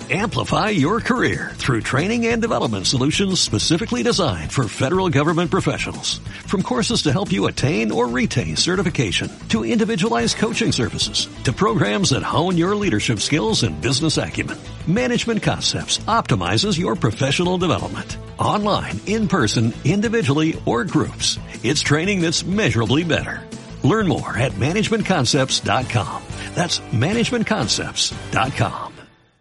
Amplify your career through training and development solutions specifically designed for federal government professionals. From courses to help you attain or retain certification, to individualized coaching services, to programs that hone your leadership skills and business acumen, Management Concepts optimizes your professional development. Online, in person, individually, or groups, it's training that's measurably better. Learn more at managementconcepts.com. That's managementconcepts.com.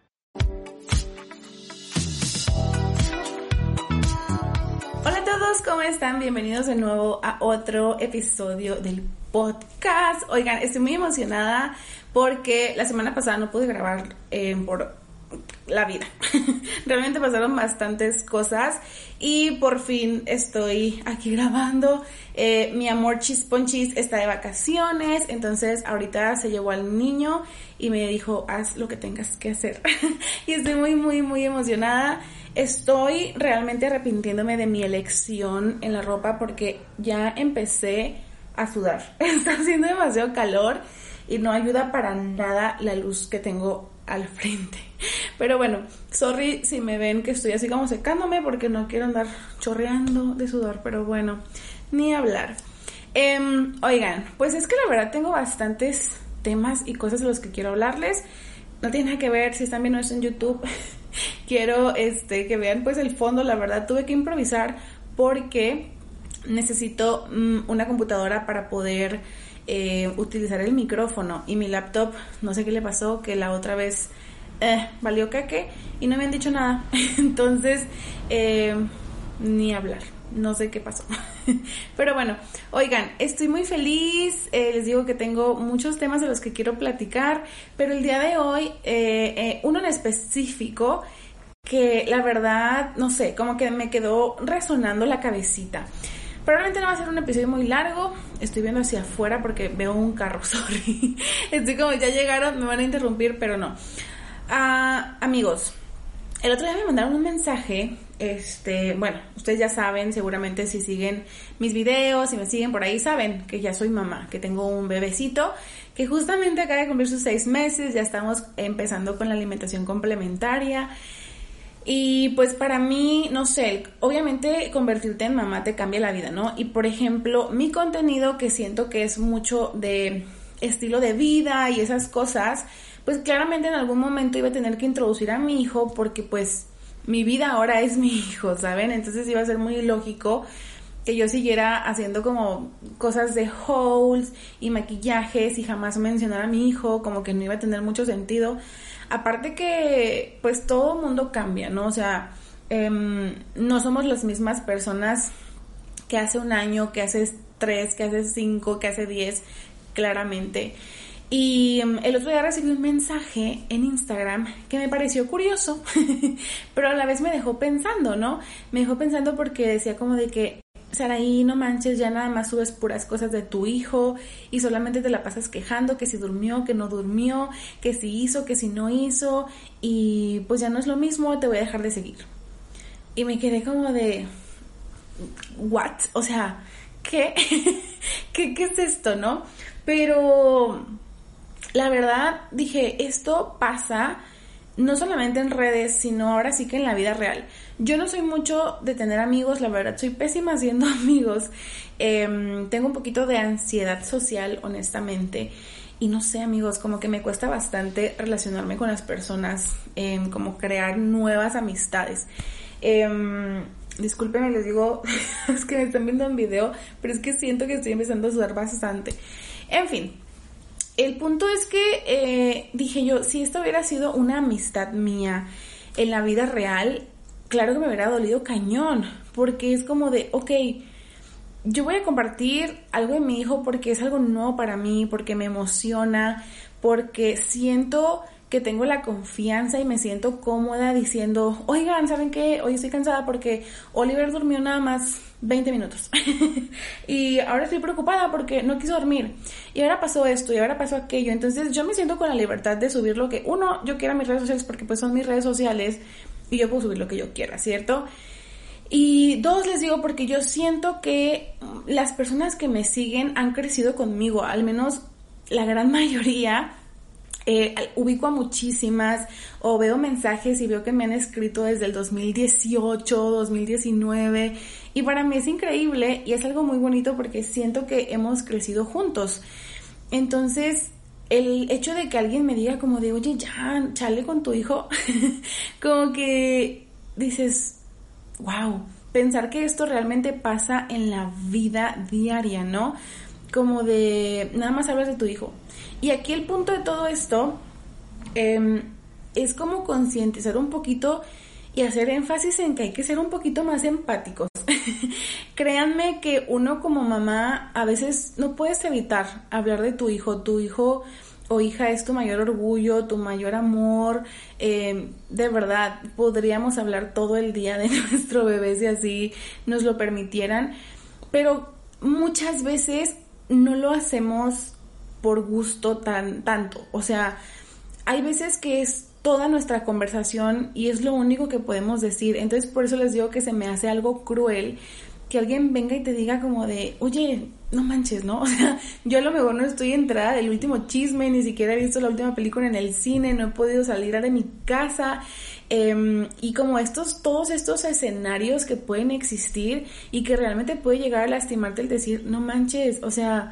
Hola a todos, ¿cómo están? Bienvenidos de nuevo a otro episodio del podcast. Oigan, estoy muy emocionada porque la semana pasada no pude grabar por la vida. Realmente pasaron bastantes cosas y por fin estoy aquí grabando. Mi amor Chisponchis está de vacaciones, entonces ahorita se llevó al niño y me dijo, haz lo que tengas que hacer. Y estoy muy emocionada. Estoy realmente arrepintiéndome de mi elección en la ropa porque ya empecé a sudar. Está haciendo demasiado calor y no ayuda para nada la luz que tengo al frente. Pero bueno, sorry si me ven que estoy así como secándome porque no quiero andar chorreando de sudor, pero bueno, ni hablar. Oigan, pues es que la verdad tengo bastantes temas y cosas de los que quiero hablarles. No tiene nada que ver, si están viendo esto en YouTube, quiero que vean pues el fondo. La verdad tuve que improvisar porque necesito una computadora para poder utilizar el micrófono, y mi laptop, no sé qué le pasó, que la otra vez valió caque y no me han dicho nada. Entonces ni hablar, no sé qué pasó. Pero bueno, oigan, estoy muy feliz. Les digo que tengo muchos temas de los que quiero platicar, pero el día de hoy uno en específico que la verdad, no sé, como que me quedó resonando la cabecita. Probablemente no va a ser un episodio muy largo. Estoy viendo hacia afuera porque veo un carro, sorry. Estoy como, ya llegaron, me van a interrumpir, pero no. Amigos, el otro día me mandaron un mensaje. Bueno, ustedes ya saben, seguramente si siguen mis videos, si me siguen por ahí, saben que ya soy mamá, que tengo un bebecito que justamente acaba de cumplir sus 6 meses. Ya estamos empezando con la alimentación complementaria. Y pues para mí, no sé, obviamente convertirte en mamá te cambia la vida, ¿no? Y por ejemplo, mi contenido, que siento que es mucho de estilo de vida y esas cosas, pues claramente en algún momento iba a tener que introducir a mi hijo porque pues mi vida ahora es mi hijo, ¿saben? Entonces iba a ser muy lógico que yo siguiera haciendo como cosas de hauls y maquillajes y jamás mencionar a mi hijo, como que no iba a tener mucho sentido. Aparte que pues todo mundo cambia, ¿no? O sea, no somos las mismas personas que hace un año, que hace 3, que hace 5, que hace 10, claramente. Y el otro día recibí un mensaje en Instagram que me pareció curioso, pero a la vez me dejó pensando, ¿no? Me dejó pensando porque decía como de que, Saraí, no manches, ya nada más subes puras cosas de tu hijo y solamente te la pasas quejando que si durmió, que no durmió, que si hizo, que si no hizo, y pues ya no es lo mismo, te voy a dejar de seguir. Y me quedé como de, ¿what? O sea, ¿qué? ¿Qué es esto, no? Pero la verdad dije, esto pasa no solamente en redes, sino ahora sí que en la vida real. Yo no soy mucho de tener amigos, la verdad, soy pésima haciendo amigos. Tengo un poquito de ansiedad social, honestamente. Y no sé, amigos, como que me cuesta bastante relacionarme con las personas, como crear nuevas amistades. Discúlpenme, les digo, es que me están viendo en video, pero es que siento que estoy empezando a sudar bastante. En fin. El punto es que dije yo, si esto hubiera sido una amistad mía en la vida real, claro que me hubiera dolido cañón, porque es como de, ok, yo voy a compartir algo de mi hijo porque es algo nuevo para mí, porque me emociona, porque siento que tengo la confianza y me siento cómoda diciendo, oigan, ¿saben qué? Hoy estoy cansada porque Oliver durmió nada más 20 minutos y ahora estoy preocupada porque no quiso dormir y ahora pasó esto y ahora pasó aquello. Entonces yo me siento con la libertad de subir lo que, uno, yo quiera a mis redes sociales porque pues son mis redes sociales y yo puedo subir lo que yo quiera, ¿cierto? Y dos, les digo porque yo siento que las personas que me siguen han crecido conmigo, al menos la gran mayoría. Ubico a muchísimas o veo mensajes y veo que me han escrito desde el 2018, 2019 y para mí es increíble y es algo muy bonito porque siento que hemos crecido juntos. Entonces, el hecho de que alguien me diga como de, oye, ya, chale con tu hijo, como que dices, wow, pensar que esto realmente pasa en la vida diaria, ¿no? Como de, nada más hablas de tu hijo. Y aquí el punto de todo esto es como concientizar un poquito y hacer énfasis en que hay que ser un poquito más empáticos. Créanme que uno como mamá a veces no puedes evitar hablar de tu hijo o hija es tu mayor orgullo, tu mayor amor. De verdad, podríamos hablar todo el día de nuestro bebé si así nos lo permitieran, pero muchas veces no lo hacemos por gusto tanto. O sea, hay veces que es toda nuestra conversación y es lo único que podemos decir. Entonces por eso les digo que se me hace algo cruel que alguien venga y te diga como de, oye, no manches, ¿no? O sea, yo a lo mejor no estoy enterada del último chisme, ni siquiera he visto la última película en el cine, no he podido salir de mi casa, y como todos estos escenarios que pueden existir y que realmente puede llegar a lastimarte el decir, no manches, o sea,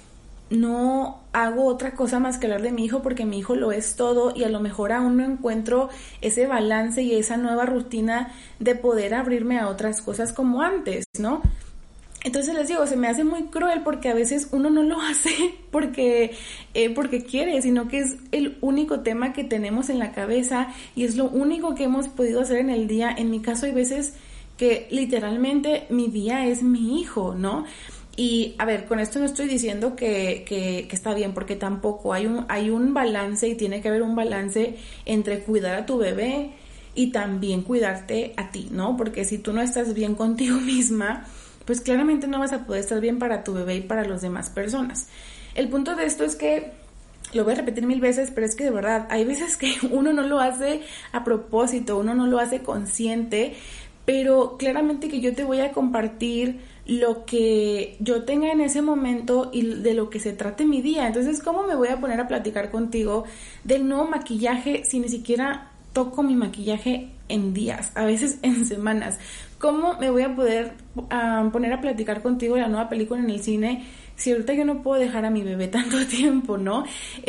no hago otra cosa más que hablar de mi hijo porque mi hijo lo es todo y a lo mejor aún no encuentro ese balance y esa nueva rutina de poder abrirme a otras cosas como antes, ¿no? Entonces les digo, se me hace muy cruel porque a veces uno no lo hace porque quiere, sino que es el único tema que tenemos en la cabeza y es lo único que hemos podido hacer en el día. En mi caso hay veces que literalmente mi día es mi hijo, ¿no? Y a ver, con esto no estoy diciendo que está bien, porque tampoco hay un balance y tiene que haber un balance entre cuidar a tu bebé y también cuidarte a ti, ¿no? Porque si tú no estás bien contigo misma, pues claramente no vas a poder estar bien para tu bebé y para las demás personas. El punto de esto es que, lo voy a repetir 1000 veces, pero es que de verdad, hay veces que uno no lo hace a propósito, uno no lo hace consciente, pero claramente que yo te voy a compartir lo que yo tenga en ese momento y de lo que se trate mi día. Entonces, ¿cómo me voy a poner a platicar contigo del nuevo maquillaje si ni siquiera toco mi maquillaje en días, a veces en semanas? ¿Cómo me voy a poder poner a platicar contigo de la nueva película en el cine si ahorita yo no puedo dejar a mi bebé tanto tiempo, ¿no?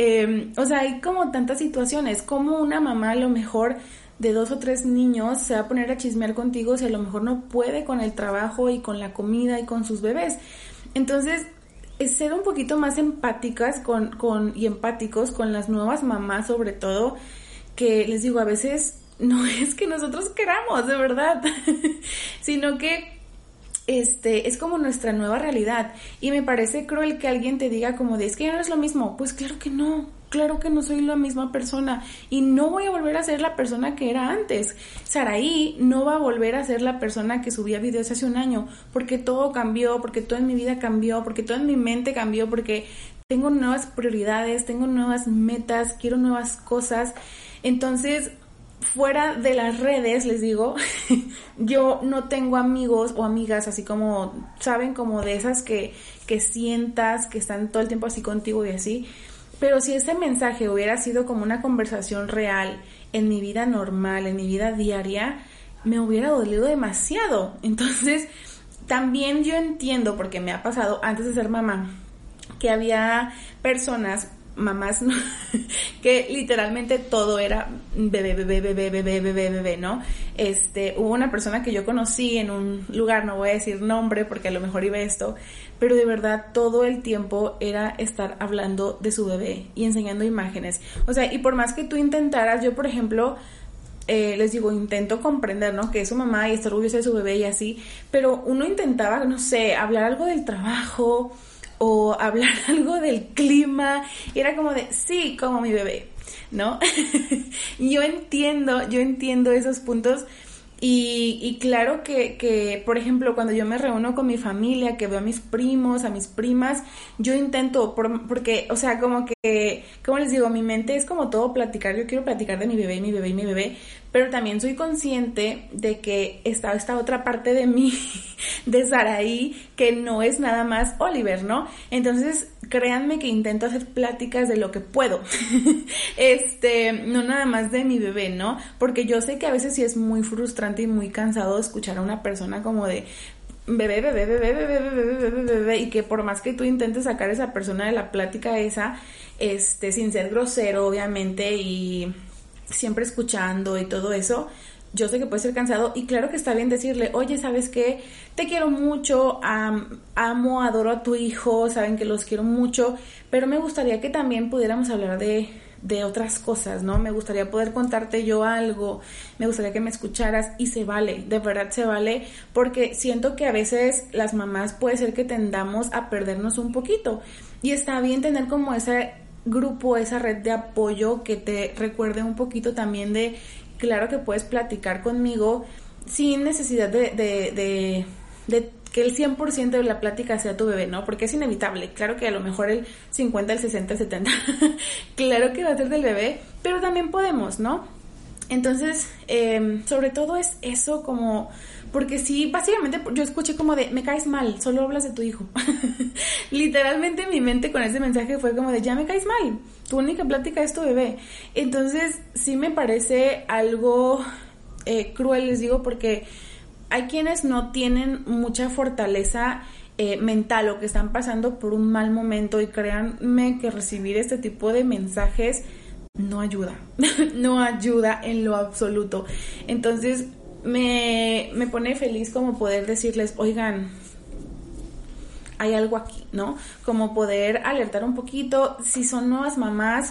O sea, hay como tantas situaciones, como una mamá a lo mejor de 2 o 3 niños se va a poner a chismear contigo si a lo mejor no puede con el trabajo y con la comida y con sus bebés. Entonces, es ser un poquito más empáticas y empáticos con las nuevas mamás, sobre todo, que les digo, a veces no es que nosotros queramos, de verdad, sino que es como nuestra nueva realidad. Y me parece cruel que alguien te diga como de, es que ya no es lo mismo. Pues claro que no soy la misma persona y no voy a volver a ser la persona que era antes. Saraí no va a volver a ser la persona que subía videos hace un año, porque todo cambió, porque todo en mi vida cambió, porque todo en mi mente cambió, porque tengo nuevas prioridades, tengo nuevas metas, quiero nuevas cosas. Entonces, fuera de las redes, les digo, yo no tengo amigos o amigas así como, ¿saben? Como de esas que sientas, que están todo el tiempo así contigo y así. Pero si ese mensaje hubiera sido como una conversación real en mi vida normal, en mi vida diaria, me hubiera dolido demasiado. Entonces, también yo entiendo, porque me ha pasado antes de ser mamá, que había mamás, ¿no? que literalmente todo era bebé, ¿no? Hubo una persona que yo conocí en un lugar, no voy a decir nombre porque a lo mejor iba esto, pero de verdad todo el tiempo era estar hablando de su bebé y enseñando imágenes. O sea, y por más que tú intentaras, yo por ejemplo, les digo, intento comprender, ¿no? Que es su mamá y está orgullosa de su bebé y así, pero uno intentaba, no sé, hablar algo del trabajo o hablar algo del clima, y era como de, sí, como mi bebé, ¿no? Yo entiendo esos puntos, y claro que, por ejemplo, cuando yo me reúno con mi familia, que veo a mis primos, a mis primas, yo intento, porque, o sea, como les digo, mi mente es como todo platicar, yo quiero platicar de mi bebé, pero también soy consciente de que está esta otra parte de mí, de Saraí, que no es nada más Oliver, ¿no? Entonces, créanme que intento hacer pláticas de lo que puedo, no nada más de mi bebé, ¿no? Porque yo sé que a veces sí es muy frustrante y muy cansado escuchar a una persona como de bebé, bebé, bebé, bebé, bebé, bebé, bebé, bebé, y que por más que tú intentes sacar a esa persona de la plática esa, sin ser grosero, obviamente, y siempre escuchando y todo eso, yo sé que puede ser cansado, y claro que está bien decirle, oye, ¿sabes qué? Te quiero mucho, amo, adoro a tu hijo, saben que los quiero mucho, pero me gustaría que también pudiéramos hablar de otras cosas, ¿no? Me gustaría poder contarte yo algo, me gustaría que me escucharas, y se vale, de verdad se vale, porque siento que a veces las mamás puede ser que tendamos a perdernos un poquito, y está bien tener como ese grupo, esa red de apoyo que te recuerde un poquito también de, claro que puedes platicar conmigo sin necesidad de que el 100% de la plática sea tu bebé, ¿no? Porque es inevitable, claro que a lo mejor el 50, el 60, el 70, claro que va a ser del bebé, pero también podemos, ¿no? Entonces, sobre todo es eso, como, porque sí, básicamente yo escuché como de, me caes mal, solo hablas de tu hijo. Literalmente mi mente con ese mensaje fue como de, ya me caes mal, tu única plática es tu bebé. Entonces, sí me parece algo cruel, les digo, porque hay quienes no tienen mucha fortaleza mental o que están pasando por un mal momento, y créanme que recibir este tipo de mensajes no ayuda, no ayuda en lo absoluto. Entonces me pone feliz como poder decirles, oigan, hay algo aquí, ¿no? Como poder alertar un poquito, si son nuevas mamás,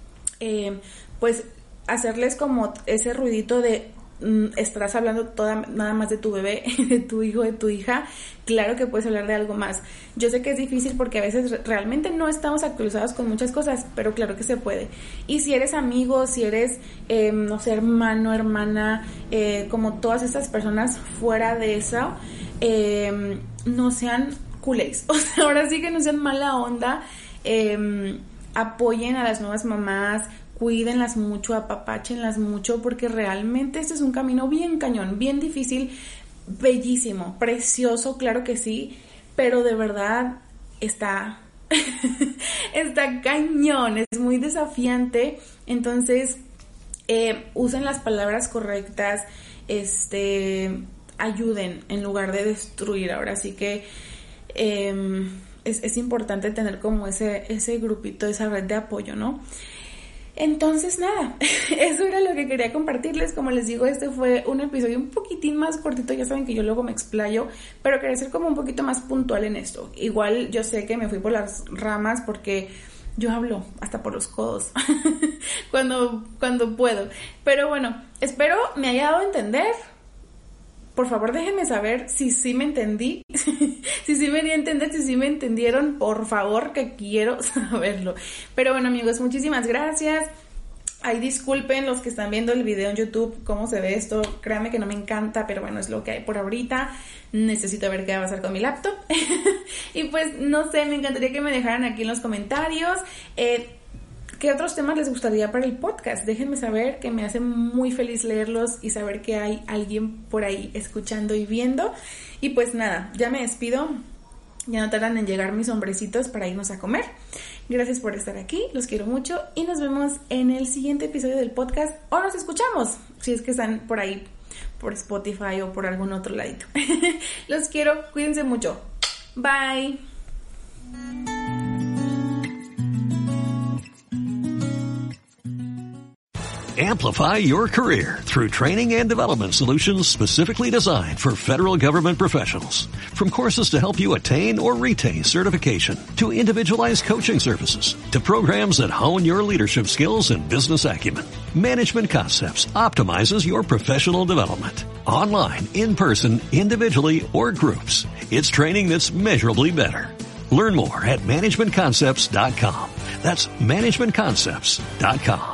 pues hacerles como ese ruidito de estarás hablando nada más de tu bebé, de tu hijo, de tu hija. Claro que puedes hablar de algo más. Yo sé que es difícil porque a veces realmente no estamos actualizados con muchas cosas, pero claro que se puede. Y si eres amigo, si eres, no sé, hermano, hermana, como todas estas personas fuera de eso, no sean culés. O sea, ahora sí que no sean mala onda. Apoyen a las nuevas mamás, cuídenlas mucho, apapáchenlas mucho, porque realmente este es un camino bien cañón, bien difícil, bellísimo, precioso, claro que sí, pero de verdad está cañón, es muy desafiante. Entonces usen las palabras correctas, ayuden en lugar de destruir. Ahora sí que es importante tener como ese grupito, esa red de apoyo, ¿no? Entonces nada, eso era lo que quería compartirles. Como les digo, este fue un episodio un poquitín más cortito, ya saben que yo luego me explayo, pero quería ser como un poquito más puntual en esto. Igual yo sé que me fui por las ramas porque yo hablo hasta por los codos cuando puedo, pero bueno, espero me haya dado a entender. Por favor, déjenme saber si sí me entendí, si sí me di a entender, si sí me entendieron, por favor, que quiero saberlo. Pero bueno, amigos, muchísimas gracias. Ay, disculpen los que están viendo el video en YouTube, cómo se ve esto. Créanme que no me encanta, pero bueno, es lo que hay por ahorita. Necesito ver qué va a pasar con mi laptop. Y pues, no sé, me encantaría que me dejaran aquí en los comentarios ¿qué otros temas les gustaría para el podcast? Déjenme saber, que me hace muy feliz leerlos y saber que hay alguien por ahí escuchando y viendo. Y pues nada, ya me despido. Ya no tardan en llegar mis hombrecitos para irnos a comer. Gracias por estar aquí, los quiero mucho y nos vemos en el siguiente episodio del podcast. O nos escuchamos, si es que están por ahí, por Spotify o por algún otro ladito. Los quiero, cuídense mucho. Bye. Amplify your career through training and development solutions specifically designed for federal government professionals. From courses to help you attain or retain certification, to individualized coaching services, to programs that hone your leadership skills and business acumen, Management Concepts optimizes your professional development. Online, in person, individually, or groups, it's training that's measurably better. Learn more at managementconcepts.com. That's managementconcepts.com.